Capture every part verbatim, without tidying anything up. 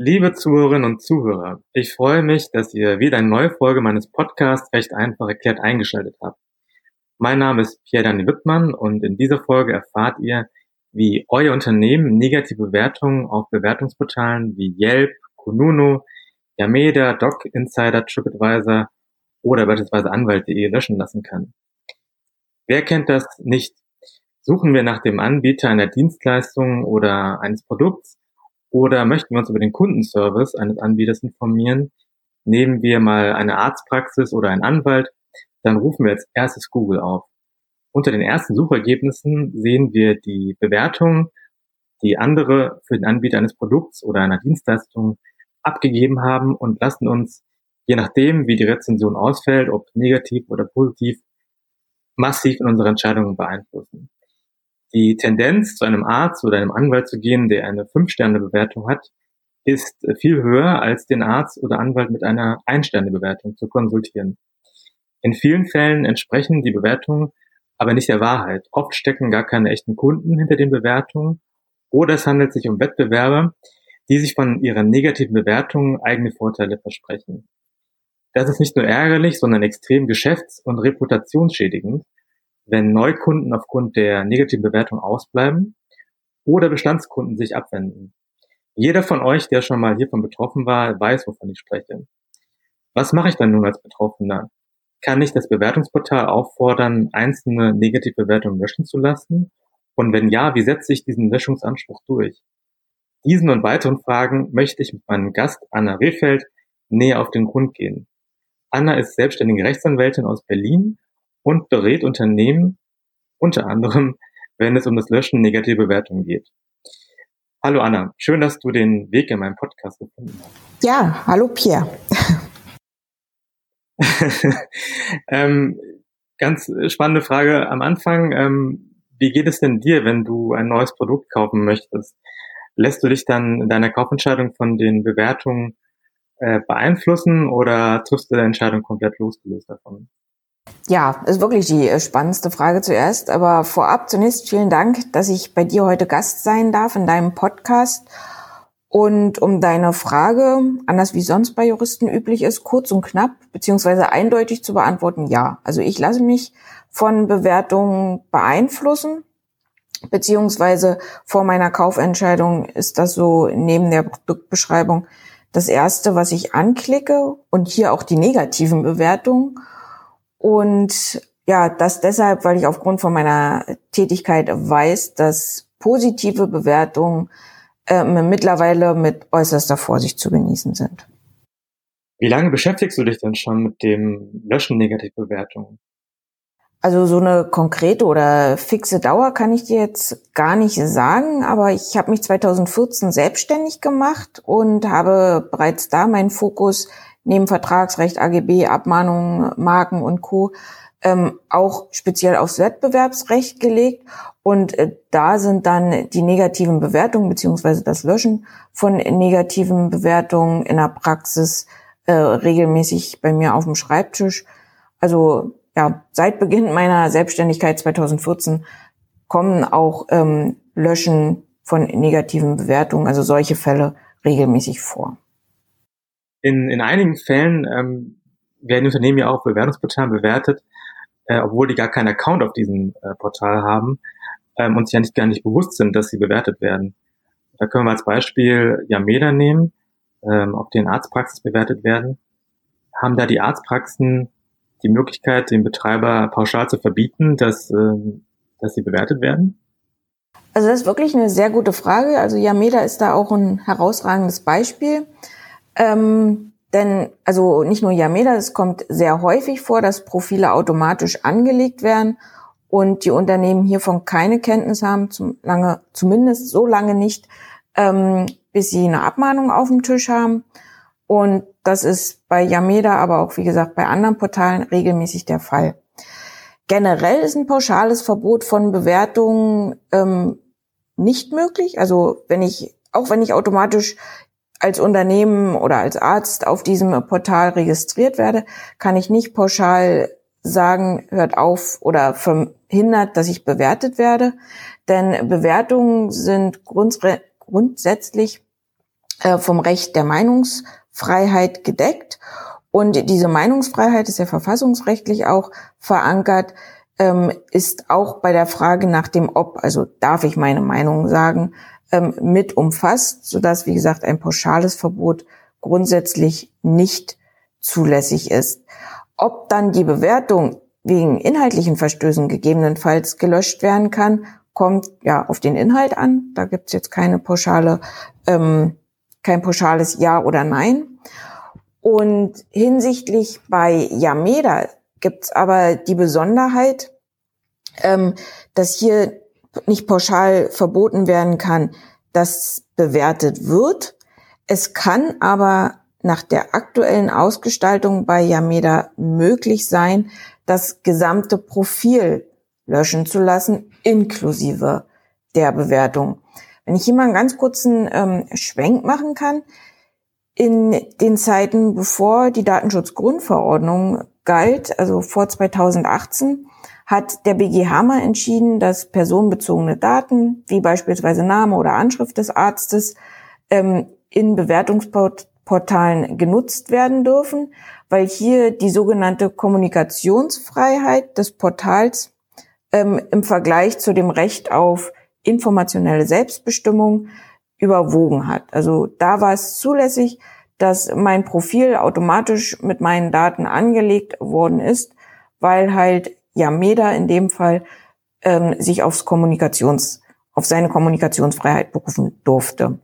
Liebe Zuhörerinnen und Zuhörer, ich freue mich, dass ihr wieder eine neue Folge meines Podcasts Recht einfach erklärt eingeschaltet habt. Mein Name ist Pierre-Daniel Wittmann und in dieser Folge erfahrt ihr, wie euer Unternehmen negative Bewertungen auf Bewertungsportalen wie Yelp, Kununu, Yameda, Doc Insider, TripAdvisor oder beispielsweise Anwalt punkt de löschen lassen kann. Wer kennt das nicht? Suchen wir nach dem Anbieter einer Dienstleistung oder eines Produkts oder möchten wir uns über den Kundenservice eines Anbieters informieren? Nehmen wir mal eine Arztpraxis oder einen Anwalt, dann rufen wir als erstes Google auf. Unter den ersten Suchergebnissen sehen wir die Bewertungen, die andere für den Anbieter eines Produkts oder einer Dienstleistung abgegeben haben und lassen uns, je nachdem, wie die Rezension ausfällt, ob negativ oder positiv, massiv in unsere Entscheidungen beeinflussen. Die Tendenz, zu einem Arzt oder einem Anwalt zu gehen, der eine fünf Sterne Bewertung hat, ist viel höher, als den Arzt oder Anwalt mit einer ein Sterne Bewertung zu konsultieren. In vielen Fällen entsprechen die Bewertungen aber nicht der Wahrheit. Oft stecken gar keine echten Kunden hinter den Bewertungen oder es handelt sich um Wettbewerber, die sich von ihren negativen Bewertungen eigene Vorteile versprechen. Das ist nicht nur ärgerlich, sondern extrem geschäfts- und reputationsschädigend, wenn Neukunden aufgrund der negativen Bewertung ausbleiben oder Bestandskunden sich abwenden. Jeder von euch, der schon mal hiervon betroffen war, weiß, wovon ich spreche. Was mache ich dann nun als Betroffener? Kann ich das Bewertungsportal auffordern, einzelne negative Bewertungen löschen zu lassen? Und wenn ja, wie setze ich diesen Löschungsanspruch durch? Diesen und weiteren Fragen möchte ich mit meinem Gast Anna Rehfeld näher auf den Grund gehen. Anna ist selbstständige Rechtsanwältin aus Berlin und berät Unternehmen, unter anderem, wenn es um das Löschen negativer Bewertungen geht. Hallo Anna, schön, dass du den Weg in meinen Podcast gefunden hast. Ja, hallo Pierre. ähm, ganz spannende Frage am Anfang. Ähm, wie geht es denn dir, wenn du ein neues Produkt kaufen möchtest? Lässt du dich dann in deiner Kaufentscheidung von den Bewertungen äh, beeinflussen oder triffst du deine Entscheidung komplett losgelöst davon? Ja, ist wirklich die spannendste Frage zuerst. Aber vorab zunächst vielen Dank, dass ich bei dir heute Gast sein darf in deinem Podcast. Und um deine Frage, anders wie sonst bei Juristen üblich ist, kurz und knapp beziehungsweise eindeutig zu beantworten, ja. Also ich lasse mich von Bewertungen beeinflussen, beziehungsweise vor meiner Kaufentscheidung ist das so neben der Produktbeschreibung das Erste, was ich anklicke und hier auch die negativen Bewertungen. Und ja, das deshalb, weil ich aufgrund von meiner Tätigkeit weiß, dass positive Bewertungen äh, mittlerweile mit äußerster Vorsicht zu genießen sind. Wie lange beschäftigst du dich denn schon mit dem Löschen negativer Bewertungen? Also so eine konkrete oder fixe Dauer kann ich dir jetzt gar nicht sagen, aber ich habe mich zweitausendvierzehn selbstständig gemacht und habe bereits da meinen Fokus neben Vertragsrecht, A G B, Abmahnungen, Marken und Co. Ähm, auch speziell aufs Wettbewerbsrecht gelegt. Und äh, da sind dann die negativen Bewertungen beziehungsweise das Löschen von negativen Bewertungen in der Praxis äh, regelmäßig bei mir auf dem Schreibtisch. Also ja, seit Beginn meiner Selbstständigkeit zweitausendvierzehn kommen auch ähm, Löschen von negativen Bewertungen, also solche Fälle regelmäßig vor. In, in einigen Fällen ähm, werden Unternehmen ja auch auf Bewertungsportalen bewertet, äh, obwohl die gar keinen Account auf diesem äh, Portal haben ähm, und sich ja nicht gar nicht bewusst sind, dass sie bewertet werden. Da können wir als Beispiel Yameda nehmen, ähm, auf denen Arztpraxen bewertet werden. Haben da die Arztpraxen die Möglichkeit, den Betreiber pauschal zu verbieten, dass, ähm, dass sie bewertet werden? Also das ist wirklich eine sehr gute Frage. Also Yameda ist da auch ein herausragendes Beispiel. Ähm, denn, also nicht nur Yameda, es kommt sehr häufig vor, dass Profile automatisch angelegt werden und die Unternehmen hiervon keine Kenntnis haben, zum lange, zumindest so lange nicht, ähm, bis sie eine Abmahnung auf dem Tisch haben. Und das ist bei Yameda, aber auch, wie gesagt, bei anderen Portalen regelmäßig der Fall. Generell ist ein pauschales Verbot von Bewertungen ähm, nicht möglich. Also wenn ich, auch wenn ich automatisch als Unternehmen oder als Arzt auf diesem Portal registriert werde, kann ich nicht pauschal sagen, hört auf oder verhindert, dass ich bewertet werde. Denn Bewertungen sind grunds- grundsätzlich äh, vom Recht der Meinungsfreiheit gedeckt. Und diese Meinungsfreiheit ist ja verfassungsrechtlich auch verankert, ähm, ist auch bei der Frage nach dem Ob, also darf ich meine Meinung sagen, ähm, mit umfasst, sodass, wie gesagt, ein pauschales Verbot grundsätzlich nicht zulässig ist. Ob dann die Bewertung wegen inhaltlichen Verstößen gegebenenfalls gelöscht werden kann, kommt ja auf den Inhalt an. Da gibt's jetzt keine pauschale, ähm, kein pauschales Ja oder Nein. Und hinsichtlich bei Yameda gibt's aber die Besonderheit, ähm, dass hier nicht pauschal verboten werden kann, dass bewertet wird. Es kann aber nach der aktuellen Ausgestaltung bei Yameda möglich sein, das gesamte Profil löschen zu lassen, inklusive der Bewertung. Wenn ich hier mal einen ganz kurzen ähm, Schwenk machen kann, in den Zeiten, bevor die Datenschutzgrundverordnung galt, also vor zweitausendachtzehn, hat der B G H mal entschieden, dass personenbezogene Daten, wie beispielsweise Name oder Anschrift des Arztes, ähm, in Bewertungsportalen genutzt werden dürfen, weil hier die sogenannte Kommunikationsfreiheit des Portals ähm, im Vergleich zu dem Recht auf informationelle Selbstbestimmung überwogen hat. Also da war es zulässig, dass mein Profil automatisch mit meinen Daten angelegt worden ist, weil halt Yameda in dem Fall ähm, sich aufs Kommunikations, auf seine Kommunikationsfreiheit berufen durfte.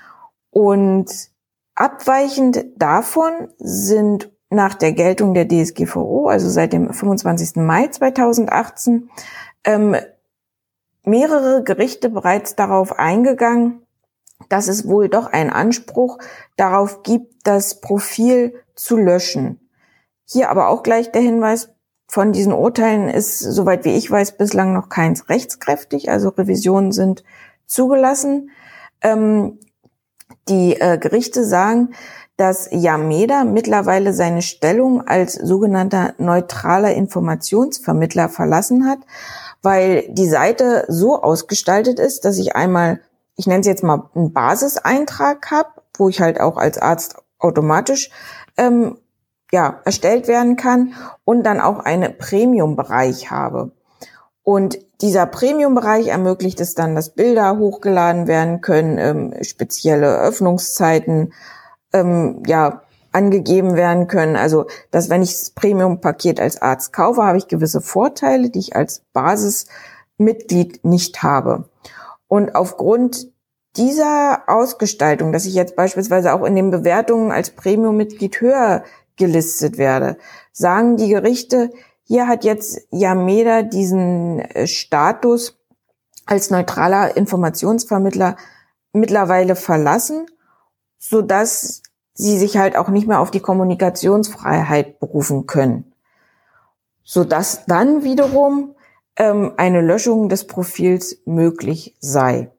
Und abweichend davon sind nach der Geltung der D S G V O, also seit dem fünfundzwanzigsten Mai zweitausendachtzehn, ähm, mehrere Gerichte bereits darauf eingegangen, dass es wohl doch einen Anspruch darauf gibt, das Profil zu löschen. Hier aber auch gleich der Hinweis, von diesen Urteilen ist, soweit wie ich weiß, bislang noch keins rechtskräftig, also Revisionen sind zugelassen. Ähm, die äh, Gerichte sagen, dass Yameda mittlerweile seine Stellung als sogenannter neutraler Informationsvermittler verlassen hat, weil die Seite so ausgestaltet ist, dass ich einmal, ich nenne es jetzt mal, einen Basiseintrag habe, wo ich halt auch als Arzt automatisch ähm, ja erstellt werden kann und dann auch einen Premium-Bereich habe. Und dieser Premium-Bereich ermöglicht es dann, dass Bilder hochgeladen werden können, ähm, spezielle Öffnungszeiten ähm, ja angegeben werden können. Also, dass wenn ich das Premium-Paket als Arzt kaufe, habe ich gewisse Vorteile, die ich als Basismitglied nicht habe. Und aufgrund dieser Ausgestaltung, dass ich jetzt beispielsweise auch in den Bewertungen als Premium-Mitglied höher gelistet werde, sagen die Gerichte, hier hat jetzt Yameda diesen Status als neutraler Informationsvermittler mittlerweile verlassen, sodass sie sich halt auch nicht mehr auf die Kommunikationsfreiheit berufen können. Sodass dann wiederum ähm, eine Löschung des Profils möglich sei.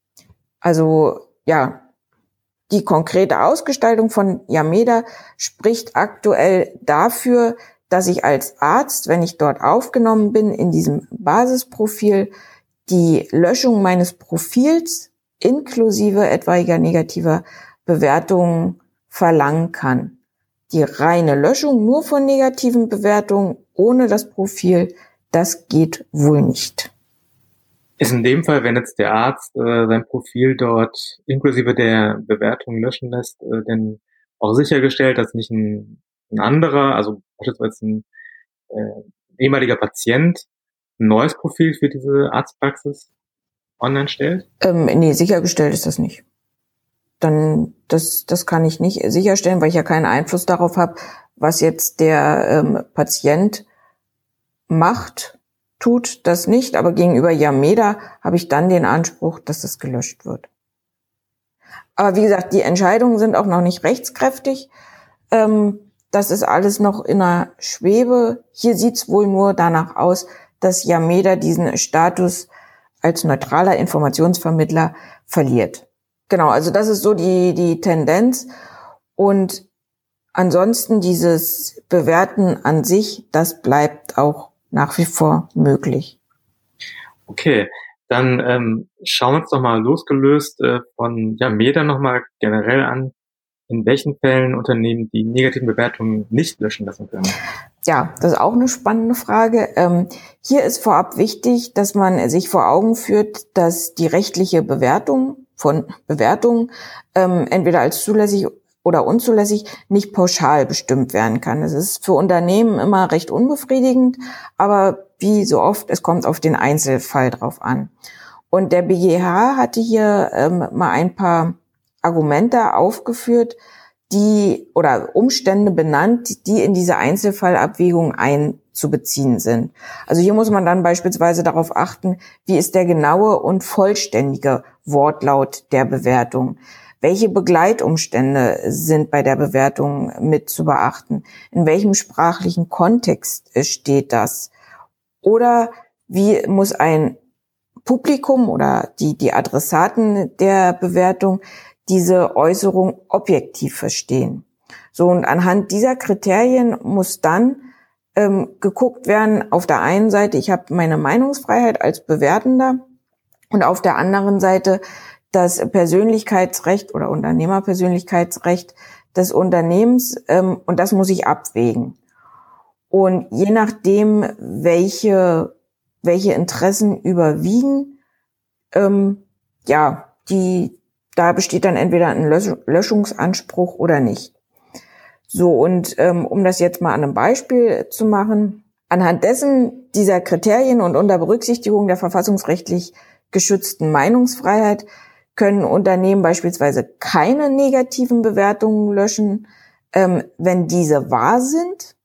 Also ja, die konkrete Ausgestaltung von Yameda spricht aktuell dafür, dass ich als Arzt, wenn ich dort aufgenommen bin, in diesem Basisprofil die Löschung meines Profils inklusive etwaiger negativer Bewertungen verlangen kann. Die reine Löschung nur von negativen Bewertungen ohne das Profil, das geht wohl nicht. Ist in dem Fall, wenn jetzt der Arzt äh, sein Profil dort inklusive der Bewertung löschen lässt, äh, denn auch sichergestellt, dass nicht ein, ein anderer, also beispielsweise ein äh, ehemaliger Patient, ein neues Profil für diese Arztpraxis online stellt? Ähm, nee, sichergestellt ist das nicht. Dann, das, das kann ich nicht sicherstellen, weil ich ja keinen Einfluss darauf habe, was jetzt der ähm, Patient macht. Tut das nicht, aber gegenüber Yameda habe ich dann den Anspruch, dass das gelöscht wird. Aber wie gesagt, die Entscheidungen sind auch noch nicht rechtskräftig. Ähm, das ist alles noch in der Schwebe. Hier sieht es wohl nur danach aus, dass Yameda diesen Status als neutraler Informationsvermittler verliert. Genau, also das ist so die, die Tendenz. Und ansonsten dieses Bewerten an sich, das bleibt auch nach wie vor möglich. Okay, Dann ähm, schauen wir uns doch mal losgelöst äh, von Yameda nochmal generell an, in welchen Fällen Unternehmen die negativen Bewertungen nicht löschen lassen können. Ja, das ist auch eine spannende Frage. Ähm, hier ist vorab wichtig, dass man sich vor Augen führt, dass die rechtliche Bewertung von Bewertungen ähm, entweder als zulässig oder unzulässig nicht pauschal bestimmt werden kann. Das ist für Unternehmen immer recht unbefriedigend, aber wie so oft, es kommt auf den Einzelfall drauf an. Und der B G H hatte hier ähm, mal ein paar Argumente aufgeführt, die oder Umstände benannt, die in diese Einzelfallabwägung einzubeziehen sind. Also hier muss man dann beispielsweise darauf achten, wie ist der genaue und vollständige Wortlaut der Bewertung. Welche Begleitumstände sind bei der Bewertung mit zu beachten? In welchem sprachlichen Kontext steht das? Oder wie muss ein Publikum oder die, die Adressaten der Bewertung diese Äußerung objektiv verstehen? So, und anhand dieser Kriterien muss dann ähm, geguckt werden, auf der einen Seite, ich habe meine Meinungsfreiheit als Bewertender und auf der anderen Seite das Persönlichkeitsrecht oder Unternehmerpersönlichkeitsrecht des Unternehmens, ähm, und das muss ich abwägen. Und je nachdem, welche welche Interessen überwiegen, ähm, ja, die da besteht dann entweder ein Lösch- Löschungsanspruch oder nicht. So, und ähm, um das jetzt mal an einem Beispiel zu machen, anhand dessen dieser Kriterien und unter Berücksichtigung der verfassungsrechtlich geschützten Meinungsfreiheit können Unternehmen beispielsweise keine negativen Bewertungen löschen, ähm, wenn diese wahr sind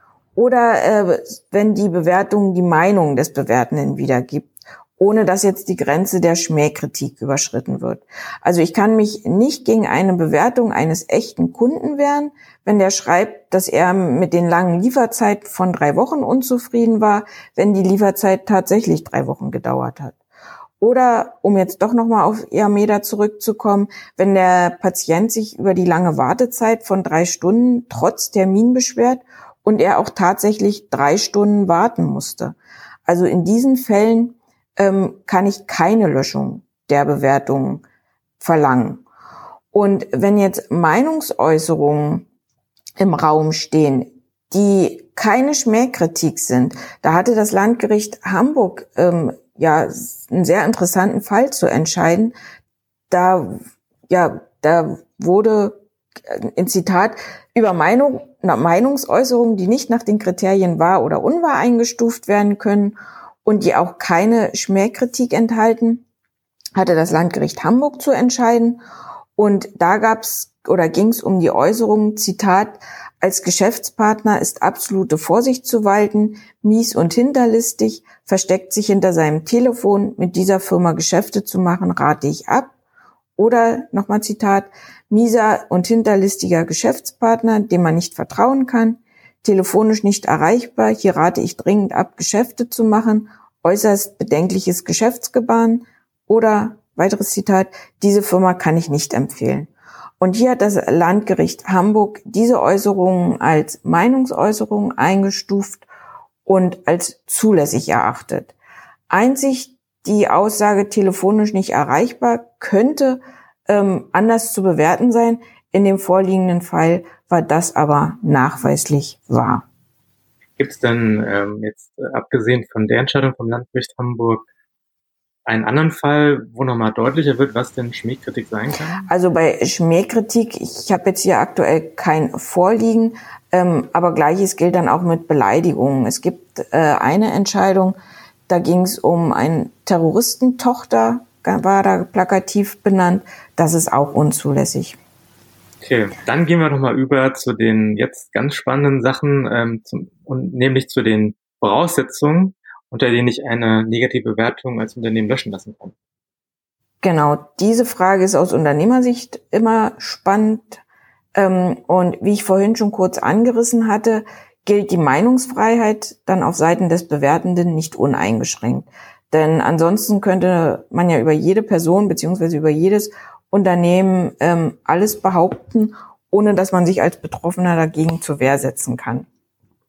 oder äh, wenn die Bewertung die Meinung des Bewertenden wiedergibt, ohne dass jetzt die Grenze der Schmähkritik überschritten wird. Also ich kann mich nicht gegen eine Bewertung eines echten Kunden wehren, wenn der schreibt, dass er mit den langen Lieferzeiten von drei Wochen unzufrieden war, wenn die Lieferzeit tatsächlich drei Wochen gedauert hat. Oder, um jetzt doch nochmal auf Yameda zurückzukommen, wenn der Patient sich über die lange Wartezeit von drei Stunden trotz Termin beschwert und er auch tatsächlich drei Stunden warten musste. Also in diesen Fällen ähm, kann ich keine Löschung der Bewertungen verlangen. Und wenn jetzt Meinungsäußerungen im Raum stehen, die keine Schmähkritik sind, da hatte das Landgericht Hamburg ähm, ja einen sehr interessanten Fall zu entscheiden. Da ja da wurde in Zitat über Meinung, Meinungsäußerungen, die nicht nach den Kriterien wahr oder unwahr eingestuft werden können und die auch keine Schmähkritik enthalten, hatte das Landgericht Hamburg zu entscheiden. Und da gab's oder ging's um die Äußerung, Zitat, als Geschäftspartner ist absolute Vorsicht zu walten, mies und hinterlistig, versteckt sich hinter seinem Telefon, mit dieser Firma Geschäfte zu machen, rate ich ab. Oder, nochmal Zitat, mieser und hinterlistiger Geschäftspartner, dem man nicht vertrauen kann, telefonisch nicht erreichbar, hier rate ich dringend ab, Geschäfte zu machen, äußerst bedenkliches Geschäftsgebaren. Oder, weiteres Zitat, diese Firma kann ich nicht empfehlen. Und hier hat das Landgericht Hamburg diese Äußerungen als Meinungsäußerungen eingestuft und als zulässig erachtet. Einzig die Aussage telefonisch nicht erreichbar könnte ähm, anders zu bewerten sein. In dem vorliegenden Fall war das aber nachweislich wahr. Gibt es denn ähm, jetzt äh, abgesehen von der Entscheidung vom Landgericht Hamburg einen anderen Fall, wo nochmal deutlicher wird, was denn Schmähkritik sein kann? Also bei Schmähkritik, ich habe jetzt hier aktuell kein Vorliegen, ähm, aber Gleiches gilt dann auch mit Beleidigungen. Es gibt äh, eine Entscheidung, da ging es um eine Terroristentochter, war da plakativ benannt. Das ist auch unzulässig. Okay, dann gehen wir nochmal über zu den jetzt ganz spannenden Sachen, ähm, zum, und nämlich zu den Voraussetzungen, unter denen ich eine negative Bewertung als Unternehmen löschen lassen kann. Genau, diese Frage ist aus Unternehmersicht immer spannend. Ähm, und wie ich vorhin schon kurz angerissen hatte, gilt die Meinungsfreiheit dann auf Seiten des Bewertenden nicht uneingeschränkt. Denn ansonsten könnte man ja über jede Person beziehungsweise über jedes Unternehmen ähm, alles behaupten, ohne dass man sich als Betroffener dagegen zur Wehr setzen kann.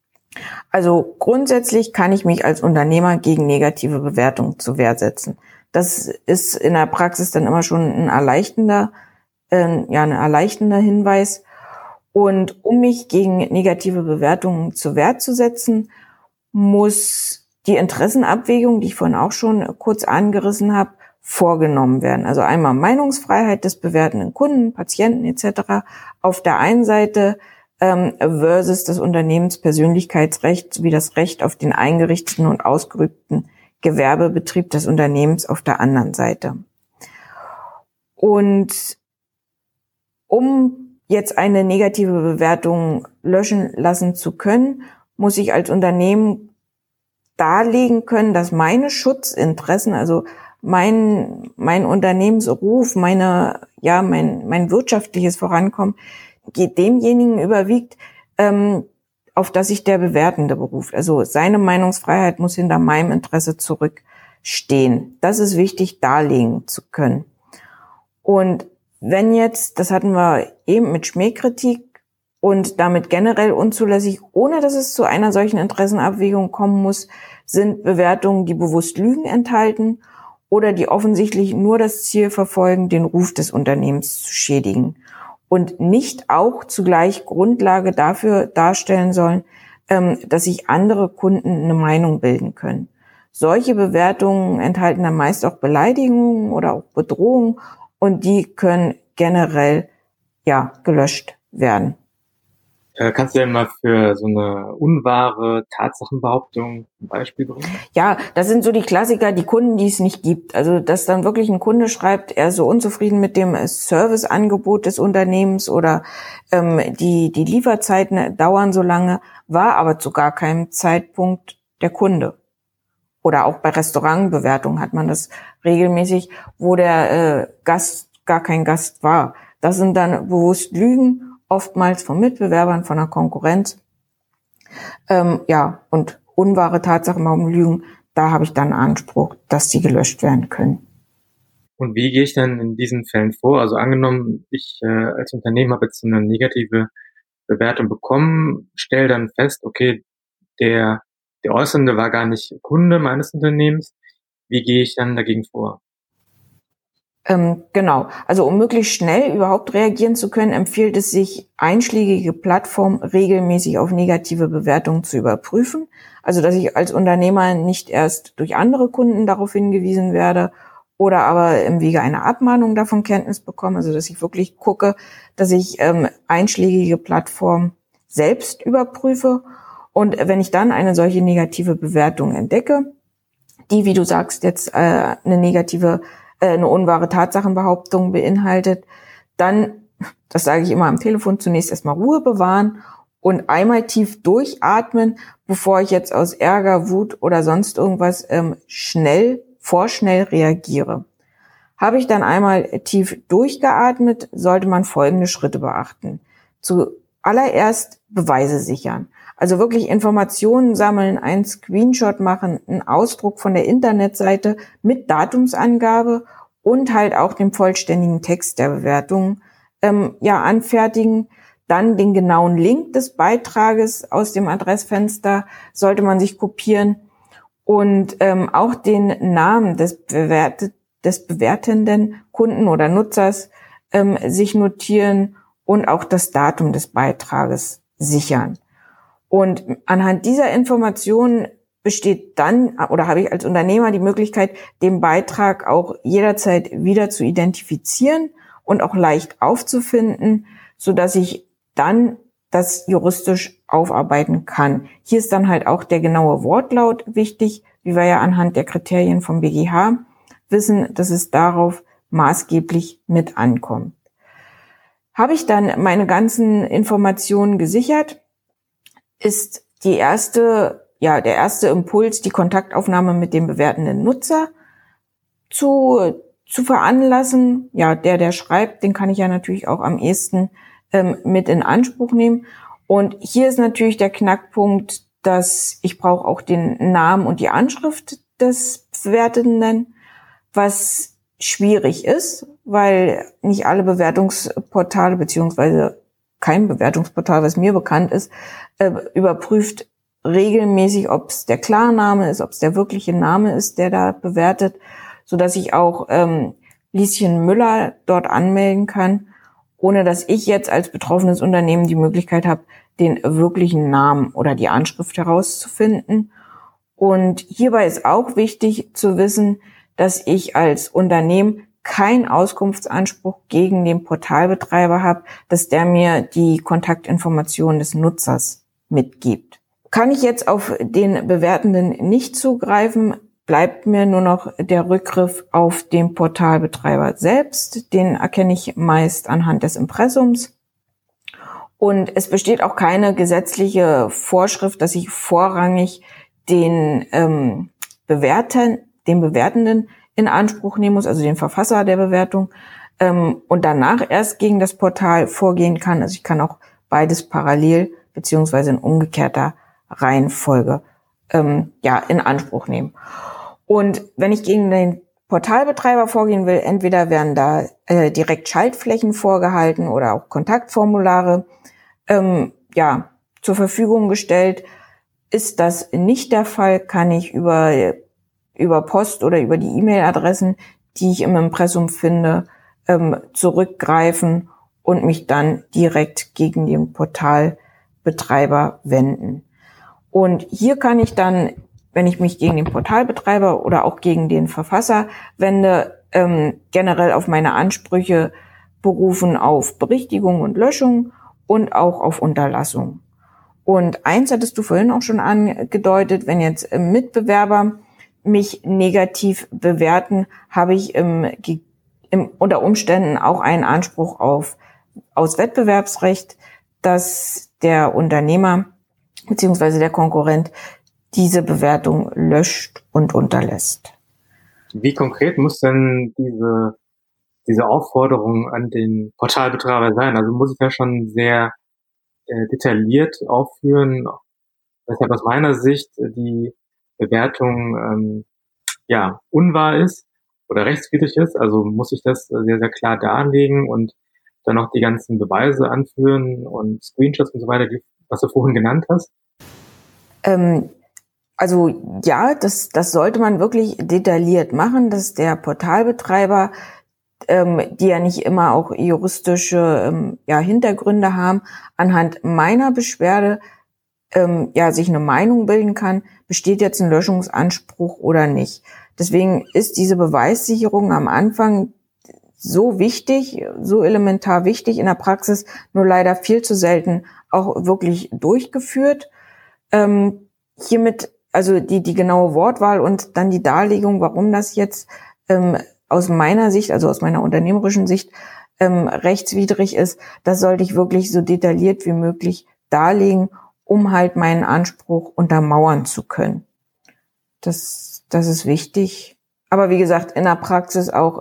Also grundsätzlich kann ich mich als Unternehmer gegen negative Bewertungen zur Wehr setzen. Das ist in der Praxis dann immer schon ein erleichternder, äh, ja, ein erleichternder Hinweis. Und um mich gegen negative Bewertungen zur Wehr zu setzen, muss die Interessenabwägung, die ich vorhin auch schon kurz angerissen habe, vorgenommen werden. Also einmal Meinungsfreiheit des bewertenden Kunden, Patienten et cetera auf der einen Seite ähm, versus das Unternehmenspersönlichkeitsrecht sowie das Recht auf den eingerichteten und ausgeübten Gewerbebetrieb des Unternehmens auf der anderen Seite. Und um jetzt eine negative Bewertung löschen lassen zu können, muss ich als Unternehmen darlegen können, dass meine Schutzinteressen, also mein mein Unternehmensruf, meine ja mein mein wirtschaftliches Vorankommen geht demjenigen überwiegt, ähm, auf das sich der Bewertende beruft. Also seine Meinungsfreiheit muss hinter meinem Interesse zurückstehen. Das ist wichtig, darlegen zu können. Und wenn jetzt, das hatten wir eben mit Schmähkritik und damit generell unzulässig, ohne dass es zu einer solchen Interessenabwägung kommen muss, sind Bewertungen, die bewusst Lügen enthalten oder die offensichtlich nur das Ziel verfolgen, den Ruf des Unternehmens zu schädigen und nicht auch zugleich Grundlage dafür darstellen sollen, dass sich andere Kunden eine Meinung bilden können. Solche Bewertungen enthalten dann meist auch Beleidigungen oder auch Bedrohungen und die können generell ja gelöscht werden. Äh, kannst du denn mal für so eine unwahre Tatsachenbehauptung ein Beispiel bringen? Ja, das sind so die Klassiker, die Kunden, die es nicht gibt. Also, dass dann wirklich ein Kunde schreibt, er ist so unzufrieden mit dem Serviceangebot des Unternehmens oder ähm, die die Lieferzeiten dauern so lange, war aber zu gar keinem Zeitpunkt der Kunde. Oder auch bei Restaurantbewertungen hat man das regelmäßig, wo der äh, Gast gar kein Gast war. Das sind dann bewusst Lügen, oftmals von Mitbewerbern, von der Konkurrenz. Ähm, ja, und unwahre Tatsachen, warum Lügen, da habe ich dann Anspruch, dass die gelöscht werden können. Und wie gehe ich dann in diesen Fällen vor? Also angenommen, ich äh, als Unternehmen habe jetzt eine negative Bewertung bekommen, stelle dann fest, okay, der der Äußernde war gar nicht Kunde meines Unternehmens. Wie gehe ich dann dagegen vor? Ähm, genau. Also um möglichst schnell überhaupt reagieren zu können, empfiehlt es sich, einschlägige Plattformen regelmäßig auf negative Bewertungen zu überprüfen. Also dass ich als Unternehmer nicht erst durch andere Kunden darauf hingewiesen werde oder aber im Wege einer Abmahnung davon Kenntnis bekomme. Also dass ich wirklich gucke, dass ich ähm, einschlägige Plattformen selbst überprüfe. Und wenn ich dann eine solche negative Bewertung entdecke, die, wie du sagst, jetzt äh, eine negative eine unwahre Tatsachenbehauptung beinhaltet, dann, das sage ich immer am Telefon, zunächst erstmal Ruhe bewahren und einmal tief durchatmen, bevor ich jetzt aus Ärger, Wut oder sonst irgendwas ähm, schnell, vorschnell reagiere. Habe ich dann einmal tief durchgeatmet, sollte man folgende Schritte beachten. Zuallererst Beweise sichern. Also wirklich Informationen sammeln, einen Screenshot machen, einen Ausdruck von der Internetseite mit Datumsangabe und halt auch den vollständigen Text der Bewertung ähm, ja anfertigen. Dann den genauen Link des Beitrages aus dem Adressfenster sollte man sich kopieren und ähm, auch den Namen des, bewert- des bewertenden Kunden oder Nutzers ähm, sich notieren und auch das Datum des Beitrages sichern. Und anhand dieser Informationen besteht dann oder habe ich als Unternehmer die Möglichkeit, den Beitrag auch jederzeit wieder zu identifizieren und auch leicht aufzufinden, so dass ich dann das juristisch aufarbeiten kann. Hier ist dann halt auch der genaue Wortlaut wichtig, wie wir ja anhand der Kriterien vom B G H wissen, dass es darauf maßgeblich mit ankommt. Habe ich dann meine ganzen Informationen gesichert, ist die erste, ja, der erste Impuls, die Kontaktaufnahme mit dem bewertenden Nutzer zu, zu veranlassen. Ja, der, der schreibt, den kann ich ja natürlich auch am ehesten ähm, mit in Anspruch nehmen. Und hier ist natürlich der Knackpunkt, dass ich brauche auch den Namen und die Anschrift des Bewertenden, was schwierig ist, weil nicht alle Bewertungsportale beziehungsweise kein Bewertungsportal, was mir bekannt ist, äh, überprüft regelmäßig, ob es der Klarname ist, ob es der wirkliche Name ist, der da bewertet, sodass ich auch ähm, Lieschen Müller dort anmelden kann, ohne dass ich jetzt als betroffenes Unternehmen die Möglichkeit habe, den wirklichen Namen oder die Anschrift herauszufinden. Und hierbei ist auch wichtig zu wissen, dass ich als Unternehmen keinen Auskunftsanspruch gegen den Portalbetreiber habe, dass der mir die Kontaktinformationen des Nutzers mitgibt. Kann ich jetzt auf den Bewertenden nicht zugreifen, bleibt mir nur noch der Rückgriff auf den Portalbetreiber selbst. Den erkenne ich meist anhand des Impressums. Und es besteht auch keine gesetzliche Vorschrift, dass ich vorrangig den ähm, Bewerten, den Bewertenden in Anspruch nehmen muss, also den Verfasser der Bewertung, ähm, und danach erst gegen das Portal vorgehen kann. Also ich kann auch beides parallel beziehungsweise in umgekehrter Reihenfolge ähm, ja in Anspruch nehmen. Und wenn ich gegen den Portalbetreiber vorgehen will, entweder werden da äh, direkt Schaltflächen vorgehalten oder auch Kontaktformulare ähm, ja zur Verfügung gestellt. Ist das nicht der Fall, kann ich über über Post oder über die E-Mail-Adressen, die ich im Impressum finde, ähm, zurückgreifen und mich dann direkt gegen den Portalbetreiber wenden. Und hier kann ich dann, wenn ich mich gegen den Portalbetreiber oder auch gegen den Verfasser wende, ähm, generell auf meine Ansprüche berufen auf Berichtigung und Löschung und auch auf Unterlassung. Und eins hattest du vorhin auch schon angedeutet, wenn jetzt Mitbewerber mich negativ bewerten, habe ich im, im, unter Umständen auch einen Anspruch auf aus Wettbewerbsrecht, dass der Unternehmer beziehungsweise der Konkurrent diese Bewertung löscht und unterlässt. Wie konkret muss denn diese diese Aufforderung an den Portalbetreiber sein? Also muss ich ja schon sehr äh, detailliert aufführen, weshalb aus meiner Sicht die Bewertung ähm, ja unwahr ist oder rechtswidrig ist. Also muss ich das sehr, sehr klar darlegen und dann noch die ganzen Beweise anführen und Screenshots und so weiter, die, was du vorhin genannt hast? Ähm, also ja, das, das sollte man wirklich detailliert machen, dass der Portalbetreiber, ähm, die ja nicht immer auch juristische ähm, ja, Hintergründe haben, anhand meiner Beschwerde ähm, ja sich eine Meinung bilden kann, besteht jetzt ein Löschungsanspruch oder nicht. Deswegen ist diese Beweissicherung am Anfang so wichtig, so elementar wichtig in der Praxis, nur leider viel zu selten auch wirklich durchgeführt. Ähm, hiermit, also die, die genaue Wortwahl und dann die Darlegung, warum das jetzt ähm, aus meiner Sicht, also aus meiner unternehmerischen Sicht, ähm, rechtswidrig ist, das sollte ich wirklich so detailliert wie möglich darlegen, um halt meinen Anspruch untermauern zu können. Das, das ist wichtig. Aber wie gesagt, in der Praxis auch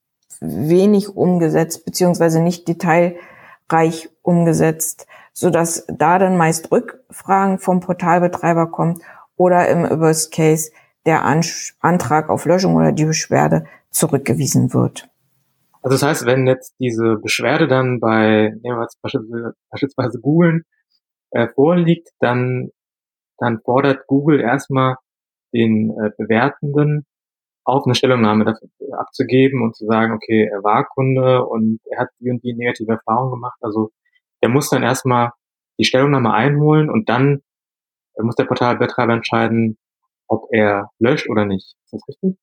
wenig umgesetzt, beziehungsweise nicht detailreich umgesetzt, sodass da dann meist Rückfragen vom Portalbetreiber kommt oder im Worst Case der Antrag auf Löschung oder die Beschwerde zurückgewiesen wird. Also das heißt, wenn jetzt diese Beschwerde dann bei, nehmen wir jetzt beispielsweise, beispielsweise Google äh, vorliegt, dann, dann fordert Google erstmal den äh, Bewertenden auf, eine Stellungnahme dafür abzugeben und zu sagen, okay, er war Kunde und er hat die und die negative Erfahrung gemacht. Also der muss dann erstmal die Stellungnahme einholen und dann muss der Portalbetreiber entscheiden, ob er löscht oder nicht. Ist das richtig?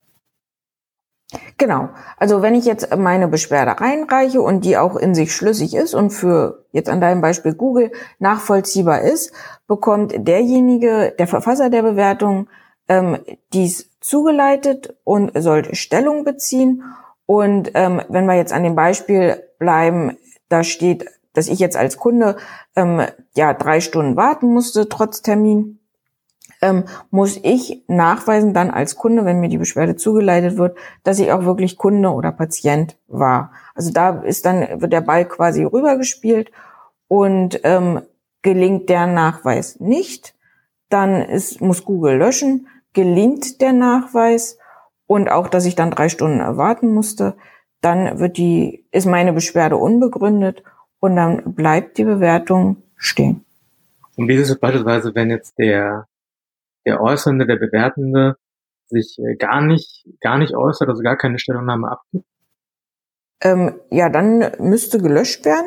Genau. Also wenn ich jetzt meine Beschwerde reinreiche und die auch in sich schlüssig ist und für jetzt an deinem Beispiel Google nachvollziehbar ist, bekommt derjenige, der Verfasser der Bewertung, ähm, dies zugeleitet und sollte Stellung beziehen. Und ähm, wenn wir jetzt an dem Beispiel bleiben, da steht, dass ich jetzt als Kunde ähm, ja drei Stunden warten musste, trotz Termin, ähm, muss ich nachweisen dann als Kunde, wenn mir die Beschwerde zugeleitet wird, dass ich auch wirklich Kunde oder Patient war. Also da ist dann, wird der Ball quasi rübergespielt und ähm, gelingt der Nachweis nicht, dann ist, muss Google löschen. Gelingt der Nachweis und auch, dass ich dann drei Stunden erwarten musste, dann wird die, ist meine Beschwerde unbegründet und dann bleibt die Bewertung stehen. Und wie ist es beispielsweise, wenn jetzt der, der Äußernde, der Bewertende sich äh, gar nicht, gar nicht äußert, also gar keine Stellungnahme abgibt? Ähm, ja, dann müsste gelöscht werden.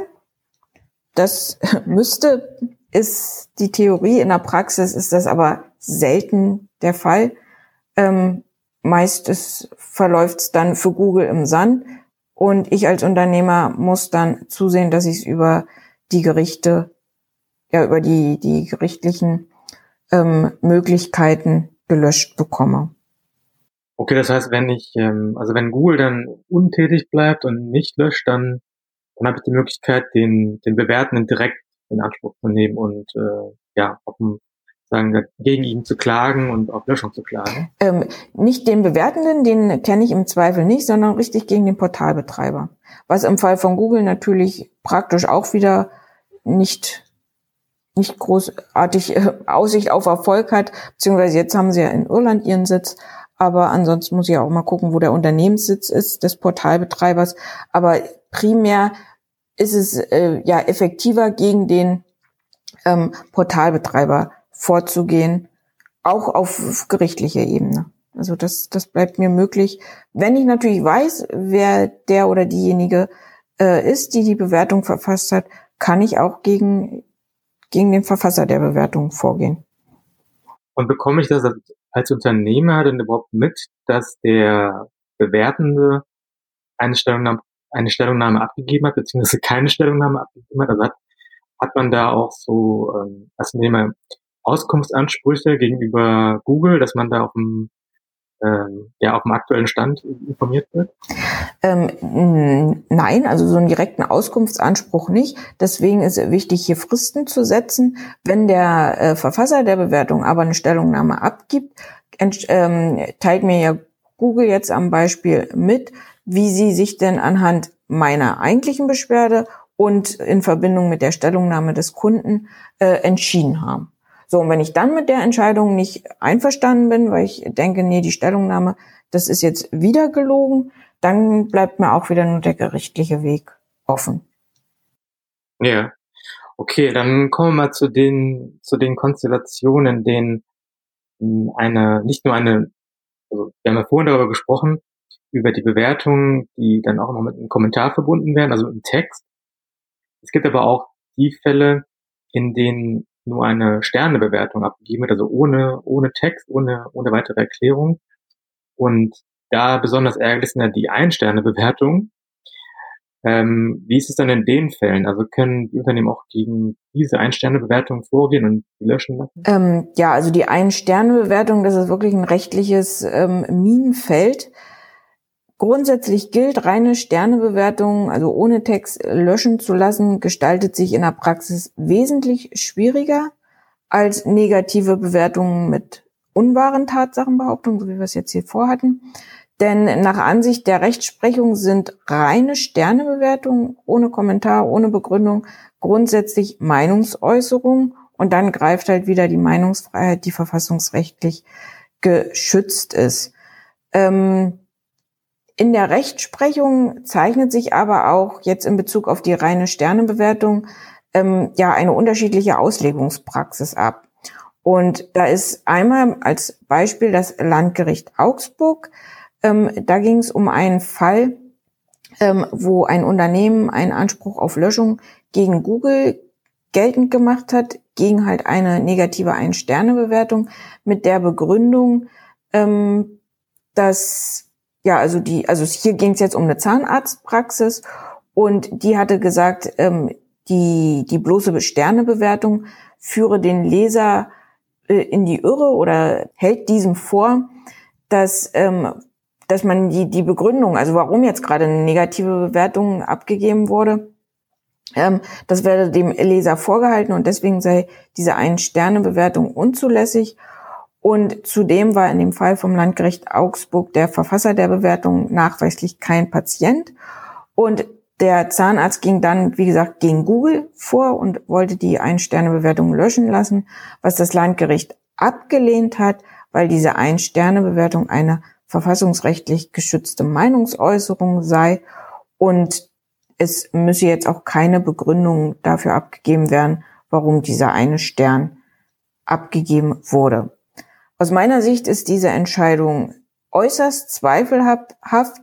Das müsste, ist die Theorie. In der Praxis ist das aber selten der Fall. Ähm, meist verläuft es dann für Google im Sand und ich als Unternehmer muss dann zusehen, dass ich es über die Gerichte, ja über die die gerichtlichen ähm, Möglichkeiten gelöscht bekomme. Okay, das heißt, wenn ich, ähm, also wenn Google dann untätig bleibt und nicht löscht, dann dann habe ich die Möglichkeit, den den Bewertenden direkt in Anspruch zu nehmen und äh, ja, auf dem, sagen, gegen ihn zu klagen und auf Löschung zu klagen. Ähm, nicht den Bewertenden, den kenne ich im Zweifel nicht, sondern richtig gegen den Portalbetreiber. Was im Fall von Google natürlich praktisch auch wieder nicht nicht großartig äh, Aussicht auf Erfolg hat, beziehungsweise jetzt haben sie ja in Irland ihren Sitz, aber ansonsten muss ich auch mal gucken, wo der Unternehmenssitz ist des Portalbetreibers. Aber primär ist es äh, ja effektiver, gegen den ähm, Portalbetreiber vorzugehen, auch auf gerichtlicher Ebene. Also das, das bleibt mir möglich, wenn ich natürlich weiß, wer der oder diejenige äh, ist, die die Bewertung verfasst hat, kann ich auch gegen gegen den Verfasser der Bewertung vorgehen. Und bekomme ich das als Unternehmer denn überhaupt mit, dass der Bewertende eine Stellungnahme, eine Stellungnahme abgegeben hat, beziehungsweise keine Stellungnahme abgegeben hat? Also hat, hat man da auch so ähm, als Unternehmer Auskunftsansprüche gegenüber Google, dass man da auf dem ähm, ja auf dem aktuellen Stand informiert wird? Ähm, nein, also so einen direkten Auskunftsanspruch nicht. Deswegen ist es wichtig, hier Fristen zu setzen. Wenn der äh, Verfasser der Bewertung aber eine Stellungnahme abgibt, ähm, teilt mir ja Google jetzt am Beispiel mit, wie sie sich denn anhand meiner eigentlichen Beschwerde und in Verbindung mit der Stellungnahme des Kunden äh, entschieden haben. So, und wenn ich dann mit der Entscheidung nicht einverstanden bin, weil ich denke, nee, die Stellungnahme, das ist jetzt wieder gelogen, dann bleibt mir auch wieder nur der gerichtliche Weg offen. Ja, okay, dann kommen wir mal zu den zu den Konstellationen, in denen eine, nicht nur eine, also wir haben ja vorhin darüber gesprochen, über die Bewertungen, die dann auch noch mit einem Kommentar verbunden werden, also im Text. Es gibt aber auch die Fälle, in denen nur eine Sternebewertung abgegeben wird, also ohne ohne Text, ohne ohne weitere Erklärung. Und da besonders ärgerlich sind ja die Ein-Sterne-Bewertungen. Ähm, wie ist es dann in den Fällen? Also können die Unternehmen auch gegen diese Ein-Sterne-Bewertung vorgehen und die löschen lassen? Ähm, ja, also die Ein-Sterne-Bewertung, das ist wirklich ein rechtliches ähm, Minenfeld. Grundsätzlich gilt, reine Sternebewertungen, also ohne Text löschen zu lassen, gestaltet sich in der Praxis wesentlich schwieriger als negative Bewertungen mit unwahren Tatsachenbehauptungen, so wie wir es jetzt hier vorhatten. Denn nach Ansicht der Rechtsprechung sind reine Sternebewertungen ohne Kommentar, ohne Begründung grundsätzlich Meinungsäußerung und dann greift halt wieder die Meinungsfreiheit, die verfassungsrechtlich geschützt ist. Ähm, In der Rechtsprechung zeichnet sich aber auch jetzt in Bezug auf die reine Sternebewertung ähm, ja eine unterschiedliche Auslegungspraxis ab. Und da ist einmal als Beispiel das Landgericht Augsburg. Ähm, da ging es um einen Fall, ähm, wo ein Unternehmen einen Anspruch auf Löschung gegen Google geltend gemacht hat, gegen halt eine negative Ein-Sterne-Bewertung mit der Begründung, ähm, dass Ja, also die, also hier ging es jetzt um eine Zahnarztpraxis und die hatte gesagt, ähm, die die bloße Sternebewertung führe den Leser äh, in die Irre oder hält diesem vor, dass ähm, dass man die die Begründung, also warum jetzt gerade eine negative Bewertung abgegeben wurde, ähm, das werde dem Leser vorgehalten und deswegen sei diese Ein-Sterne-Bewertung unzulässig. Und zudem war in dem Fall vom Landgericht Augsburg der Verfasser der Bewertung nachweislich kein Patient. Und der Zahnarzt ging dann, wie gesagt, gegen Google vor und wollte die Ein-Sterne-Bewertung löschen lassen, was das Landgericht abgelehnt hat, weil diese Ein-Sterne-Bewertung eine verfassungsrechtlich geschützte Meinungsäußerung sei und es müsse jetzt auch keine Begründung dafür abgegeben werden, warum dieser eine Stern abgegeben wurde. Aus meiner Sicht ist diese Entscheidung äußerst zweifelhaft.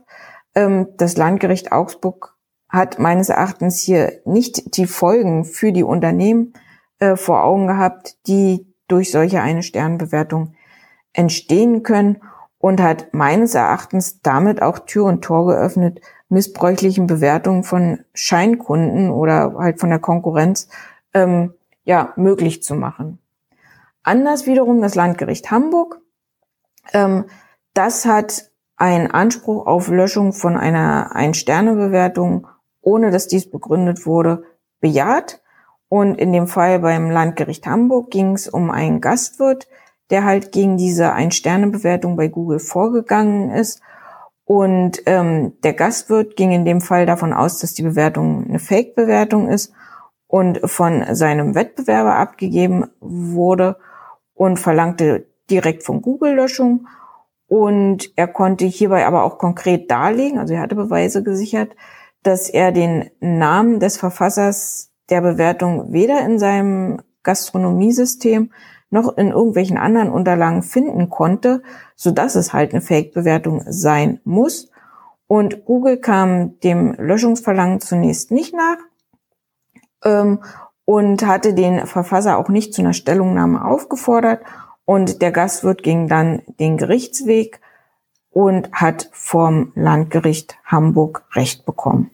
Das Landgericht Augsburg hat meines Erachtens hier nicht die Folgen für die Unternehmen äh, vor Augen gehabt, die durch solche Eine-Sterne-Bewertung entstehen können, und hat meines Erachtens damit auch Tür und Tor geöffnet, missbräuchlichen Bewertungen von Scheinkunden oder halt von der Konkurrenz ähm, ja möglich zu machen. Anders wiederum das Landgericht Hamburg. Ähm, das hat einen Anspruch auf Löschung von einer Ein-Sterne-Bewertung, ohne dass dies begründet wurde, bejaht. Und in dem Fall beim Landgericht Hamburg ging es um einen Gastwirt, der halt gegen diese Ein-Sterne-Bewertung bei Google vorgegangen ist. Und ähm, der Gastwirt ging in dem Fall davon aus, dass die Bewertung eine Fake-Bewertung ist und von seinem Wettbewerber abgegeben wurde, und verlangte direkt von Google Löschung. Und er konnte hierbei aber auch konkret darlegen, also er hatte Beweise gesichert, dass er den Namen des Verfassers der Bewertung weder in seinem Gastronomiesystem noch in irgendwelchen anderen Unterlagen finden konnte, sodass es halt eine Fake-Bewertung sein muss. Und Google kam dem Löschungsverlangen zunächst nicht nach ähm, und hatte den Verfasser auch nicht zu einer Stellungnahme aufgefordert. Und der Gastwirt ging dann den Gerichtsweg und hat vom Landgericht Hamburg Recht bekommen.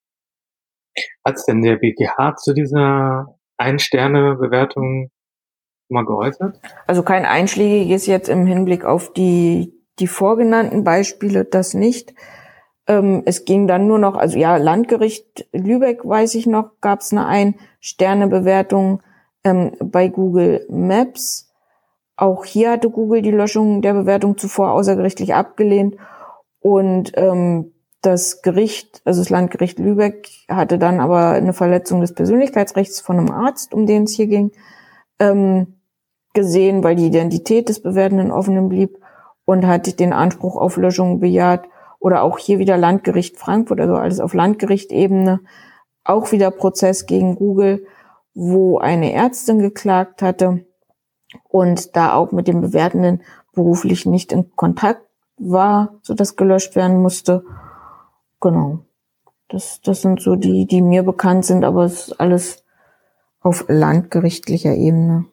Hat sich denn der B G H zu dieser Ein-Sterne-Bewertung mal geäußert? Also kein einschlägiges jetzt im Hinblick auf die die vorgenannten Beispiele, das nicht. Ähm, es ging dann nur noch, also ja, Landgericht Lübeck, weiß ich noch, gab es eine Ein-Sterne-Bewertung ähm, bei Google Maps. Auch hier hatte Google die Löschung der Bewertung zuvor außergerichtlich abgelehnt. Und ähm, das Gericht, also das Landgericht Lübeck, hatte dann aber eine Verletzung des Persönlichkeitsrechts von einem Arzt, um den es hier ging, ähm, gesehen, weil die Identität des Bewertenden offen blieb, und hat den Anspruch auf Löschung bejaht. Oder auch hier wieder Landgericht Frankfurt, also alles auf Landgerichtebene, auch wieder Prozess gegen Google, wo eine Ärztin geklagt hatte und da auch mit dem Bewertenden beruflich nicht in Kontakt war, sodass gelöscht werden musste. Genau. Das, das sind so die, die mir bekannt sind, aber es ist alles auf landgerichtlicher Ebene.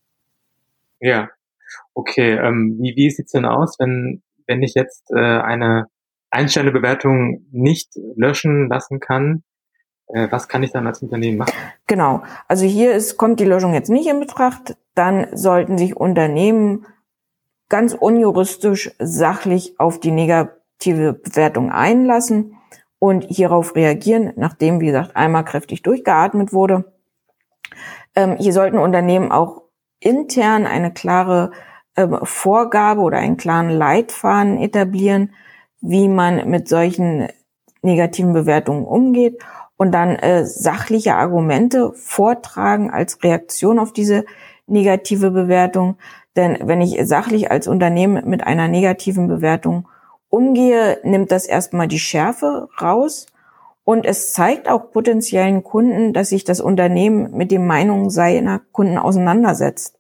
Ja, okay. Ähm, wie, wie sieht's denn aus, wenn, wenn ich jetzt äh, eine Ein-Sterne-Bewertung nicht löschen lassen kann? Äh, was kann ich dann als Unternehmen machen? Genau. Also hier ist, kommt die Löschung jetzt nicht in Betracht. Dann sollten sich Unternehmen ganz unjuristisch sachlich auf die negative Bewertung einlassen und hierauf reagieren, nachdem, wie gesagt, einmal kräftig durchgeatmet wurde. Ähm, hier sollten Unternehmen auch intern eine klare ähm, Vorgabe oder einen klaren Leitfaden etablieren, wie man mit solchen negativen Bewertungen umgeht, und dann äh, sachliche Argumente vortragen als Reaktion auf diese negative Bewertung. Denn wenn ich sachlich als Unternehmen mit einer negativen Bewertung umgehe, nimmt das erstmal die Schärfe raus, und es zeigt auch potenziellen Kunden, dass sich das Unternehmen mit den Meinungen seiner Kunden auseinandersetzt.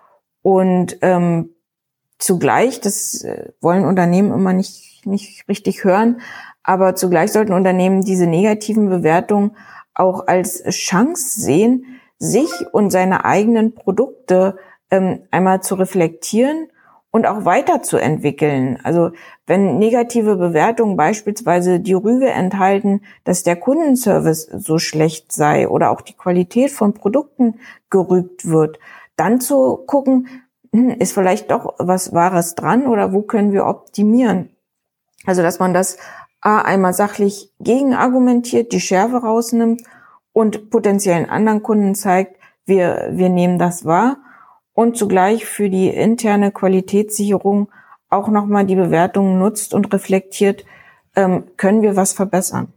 Und ähm, zugleich, das wollen Unternehmen immer nicht, nicht richtig hören, aber zugleich sollten Unternehmen diese negativen Bewertungen auch als Chance sehen, sich und seine eigenen Produkte ähm, einmal zu reflektieren und auch weiterzuentwickeln. Also wenn negative Bewertungen beispielsweise die Rüge enthalten, dass der Kundenservice so schlecht sei oder auch die Qualität von Produkten gerügt wird, dann zu gucken, hm, ist vielleicht doch was Wahres dran oder wo können wir optimieren? Also dass man das A, einmal sachlich gegenargumentiert, die Schärfe rausnimmt und potenziellen anderen Kunden zeigt, wir, wir nehmen das wahr, und zugleich für die interne Qualitätssicherung auch nochmal die Bewertungen nutzt und reflektiert, ähm, können wir was verbessern.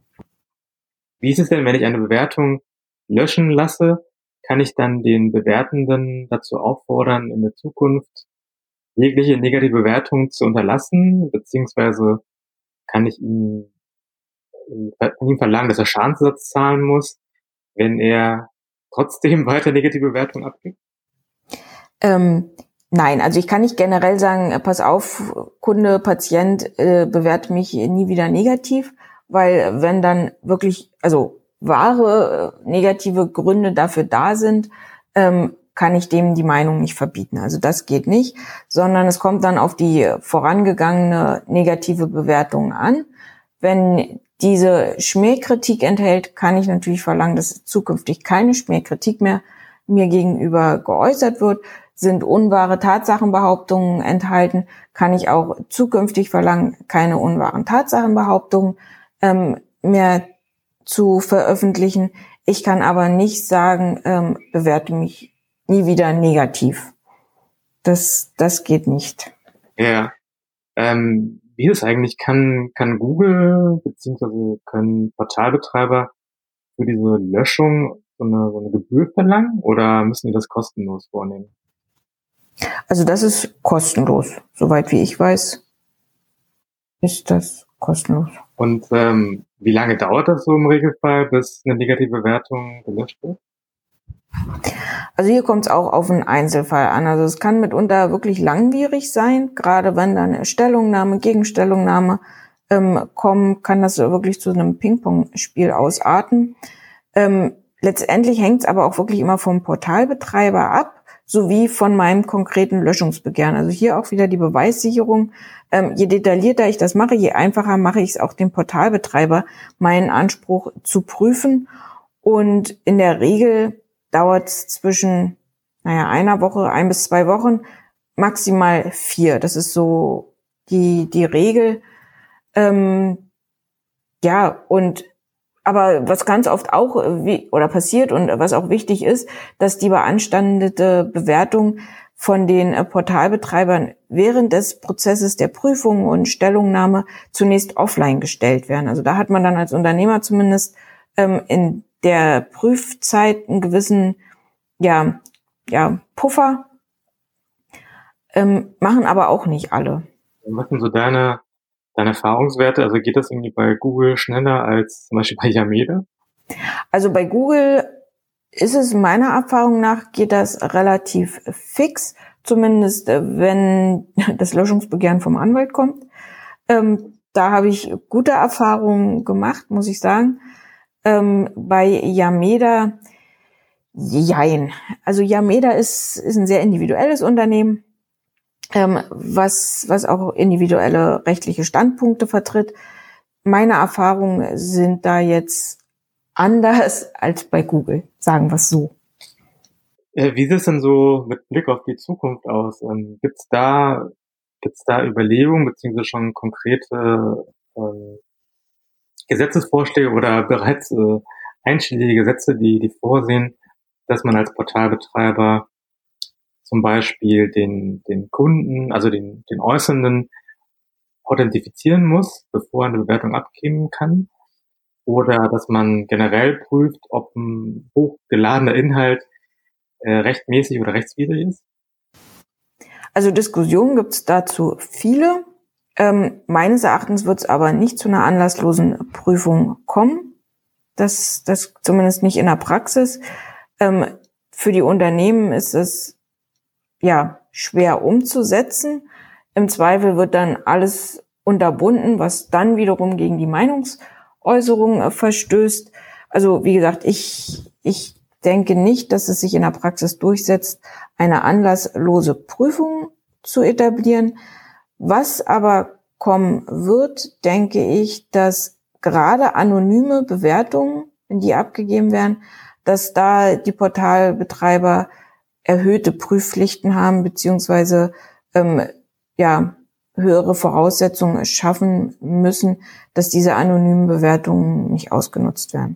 Wie ist es denn, wenn ich eine Bewertung löschen lasse? Kann ich dann den Bewertenden dazu auffordern, in der Zukunft jegliche negative Bewertung zu unterlassen, beziehungsweise kann ich ihm, von ihm verlangen, dass er Schadensersatz zahlen muss, wenn er trotzdem weiter negative Bewertungen abgibt? Ähm, Nein, also ich kann nicht generell sagen, pass auf, Kunde, Patient, äh, bewerte mich nie wieder negativ, weil wenn dann wirklich, also wahre äh, negative Gründe dafür da sind, ähm, kann ich dem die Meinung nicht verbieten. Also das geht nicht, sondern es kommt dann auf die vorangegangene negative Bewertung an. Wenn diese Schmähkritik enthält, kann ich natürlich verlangen, dass zukünftig keine Schmähkritik mehr mir gegenüber geäußert wird. Sind unwahre Tatsachenbehauptungen enthalten, kann ich auch zukünftig verlangen, keine unwahren Tatsachenbehauptungen ähm, mehr zu veröffentlichen. Ich kann aber nicht sagen, ähm, bewerte mich nie wieder negativ. Das, das geht nicht. Ja. Ähm, wie ist es eigentlich? Kann, kann Google beziehungsweise können Portalbetreiber für diese Löschung so eine, so eine Gebühr verlangen oder müssen die das kostenlos vornehmen? Also das ist kostenlos. Soweit wie ich weiß, ist das kostenlos. Und ähm, wie lange dauert das so im Regelfall, bis eine negative Bewertung gelöscht wird? Also hier kommt es auch auf einen Einzelfall an. Also es kann mitunter wirklich langwierig sein, gerade wenn dann eine Stellungnahme, Gegenstellungnahme ähm, kommen, kann das wirklich zu einem Ping-Pong-Spiel ausarten. Ähm, letztendlich hängt es aber auch wirklich immer vom Portalbetreiber ab, sowie von meinem konkreten Löschungsbegehren. Also hier auch wieder die Beweissicherung. Ähm, je detaillierter ich das mache, je einfacher mache ich es auch dem Portalbetreiber, meinen Anspruch zu prüfen. Und in der Regel dauert es zwischen, naja, einer Woche, ein bis zwei Wochen, maximal vier. Das ist so die, die Regel. Ähm, ja, und aber was ganz oft auch wie oder passiert und was auch wichtig ist, dass die beanstandete Bewertung von den äh, Portalbetreibern während des Prozesses der Prüfung und Stellungnahme zunächst offline gestellt werden. Also da hat man dann als Unternehmer zumindest ähm, in der Prüfzeit einen gewissen ja ja Puffer, ähm, machen aber auch nicht alle. Was sind so deine Deine Erfahrungswerte, also geht das irgendwie bei Google schneller als zum Beispiel bei Yameda? Also bei Google ist es meiner Erfahrung nach, geht das relativ fix, zumindest wenn das Löschungsbegehren vom Anwalt kommt. Ähm, da habe ich gute Erfahrungen gemacht, muss ich sagen. Ähm, bei Yameda, jein. Also Yameda ist, ist ein sehr individuelles Unternehmen, ähm, was, was auch individuelle rechtliche Standpunkte vertritt. Meine Erfahrungen sind da jetzt anders als bei Google, sagen wir es so. Äh, wie sieht es denn so mit Blick auf die Zukunft aus? Ähm, gibt's da, gibt's da Überlegungen beziehungsweise schon konkrete ähm, Gesetzesvorschläge oder bereits äh, einschlägige Gesetze, die, die vorsehen, dass man als Portalbetreiber zum Beispiel den, den Kunden, also den, den Äußernden authentifizieren muss, bevor er eine Bewertung abgeben kann? Oder dass man generell prüft, ob ein hochgeladener Inhalt äh, rechtmäßig oder rechtswidrig ist? Also Diskussionen gibt es dazu viele. Ähm, meines Erachtens wird es aber nicht zu einer anlasslosen Prüfung kommen. Das, das zumindest nicht in der Praxis. Ähm, für die Unternehmen ist es ja schwer umzusetzen. Im Zweifel wird dann alles unterbunden, was dann wiederum gegen die Meinungsäußerung äh, verstößt. Also wie gesagt, ich ich denke nicht, dass es sich in der Praxis durchsetzt, eine anlasslose Prüfung zu etablieren. Was aber kommen wird, denke ich, dass gerade anonyme Bewertungen, wenn die abgegeben werden, dass da die Portalbetreiber erhöhte Prüfpflichten haben, beziehungsweise ähm, ja höhere Voraussetzungen schaffen müssen, dass diese anonymen Bewertungen nicht ausgenutzt werden.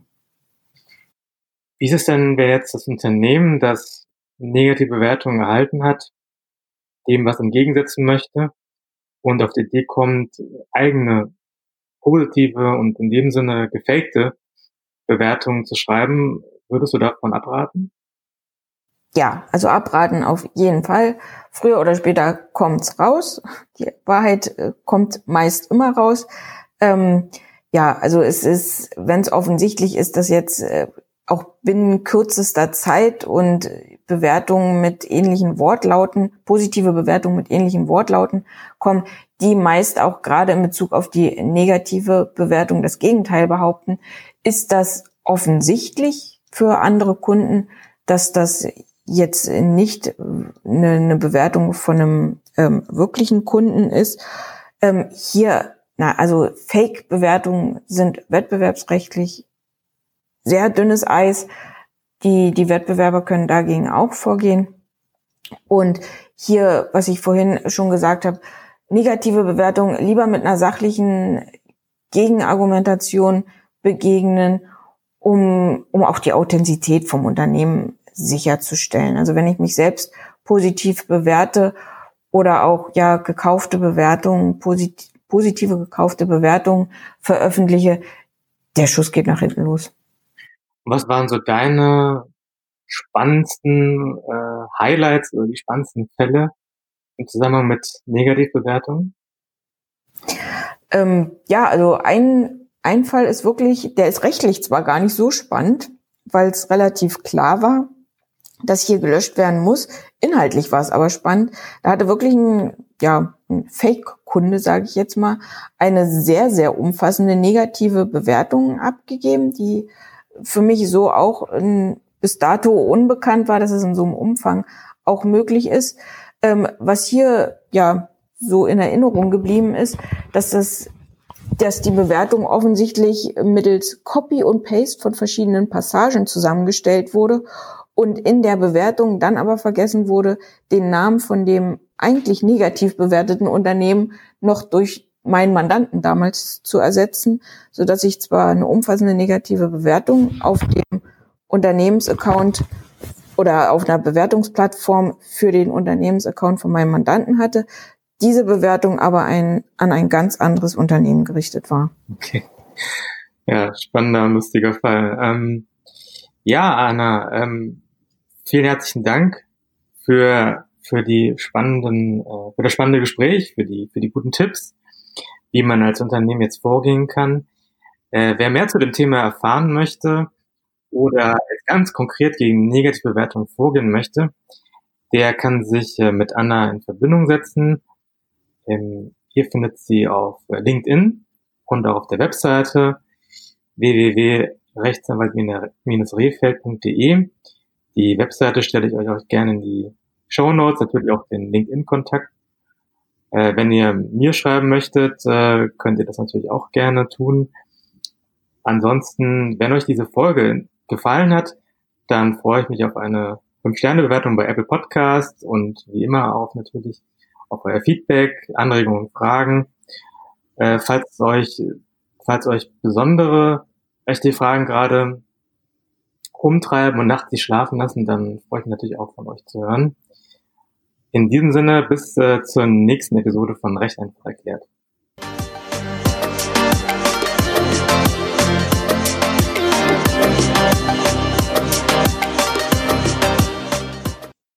Wie ist es denn, wenn jetzt das Unternehmen, das negative Bewertungen erhalten hat, dem was entgegensetzen möchte und auf die Idee kommt, eigene positive und in dem Sinne gefakte Bewertungen zu schreiben, würdest du davon abraten? Ja, also abraten auf jeden Fall. Früher oder später kommt's raus. Die Wahrheit äh, kommt meist immer raus. Ähm, ja, also es ist, wenn es offensichtlich ist, dass jetzt äh, auch binnen kürzester Zeit und Bewertungen mit ähnlichen Wortlauten, positive Bewertungen mit ähnlichen Wortlauten kommen, die meist auch gerade in Bezug auf die negative Bewertung das Gegenteil behaupten, ist das offensichtlich für andere Kunden, dass das jetzt nicht eine, eine Bewertung von einem ähm, wirklichen Kunden ist. Ähm, hier, na, also Fake-Bewertungen sind wettbewerbsrechtlich sehr dünnes Eis. Die, die Wettbewerber können dagegen auch vorgehen. Und hier, was ich vorhin schon gesagt habe, negative Bewertungen lieber mit einer sachlichen Gegenargumentation begegnen, um, um auch die Authentizität vom Unternehmen sicherzustellen. Also wenn ich mich selbst positiv bewerte oder auch ja gekaufte Bewertungen, posit- positive gekaufte Bewertungen veröffentliche, der Schuss geht nach hinten los. Was waren so deine spannendsten äh, Highlights oder die spannendsten Fälle im Zusammenhang mit Negativbewertungen? Ähm, ja, also ein, ein Fall ist wirklich, der ist rechtlich zwar gar nicht so spannend, weil es relativ klar war, dass hier gelöscht werden muss. Inhaltlich war es aber spannend. Da hatte wirklich ein, ja, ein Fake-Kunde, sage ich jetzt mal, eine sehr, sehr umfassende negative Bewertung abgegeben, die für mich so auch in, bis dato unbekannt war, dass es in so einem Umfang auch möglich ist. Ähm, was hier ja so in Erinnerung geblieben ist, dass das, dass die Bewertung offensichtlich mittels Copy und Paste von verschiedenen Passagen zusammengestellt wurde und in der Bewertung dann aber vergessen wurde, den Namen von dem eigentlich negativ bewerteten Unternehmen noch durch meinen Mandanten damals zu ersetzen, so dass ich zwar eine umfassende negative Bewertung auf dem Unternehmensaccount oder auf einer Bewertungsplattform für den Unternehmensaccount von meinem Mandanten hatte, diese Bewertung aber ein, an ein ganz anderes Unternehmen gerichtet war. Okay. Ja, spannender, lustiger Fall. Ähm, ja, Anna, ähm, vielen herzlichen Dank für für die spannenden, äh, für das spannende Gespräch, für die für die guten Tipps, wie man als Unternehmen jetzt vorgehen kann. Äh, wer mehr zu dem Thema erfahren möchte oder ganz konkret gegen negative Bewertungen vorgehen möchte, der kann sich äh, mit Anna in Verbindung setzen. Ähm, ihr findet sie auf LinkedIn und auch auf der Webseite w w w punkt rechtsanwalt rehfeld punkt d e. Die Webseite stelle ich euch auch gerne in die Shownotes, natürlich auch den LinkedIn-Kontakt. Äh, wenn ihr mir schreiben möchtet, äh, könnt ihr das natürlich auch gerne tun. Ansonsten, wenn euch diese Folge gefallen hat, dann freue ich mich auf eine fünf Sterne Bewertung bei Apple Podcast und wie immer auch natürlich auf euer Feedback, Anregungen und Fragen. Äh, falls euch, falls euch besondere rechtliche Fragen gerade umtreiben und nachts nicht schlafen lassen, dann freue ich mich natürlich auch von euch zu hören. In diesem Sinne, bis äh, zur nächsten Episode von Recht einfach erklärt.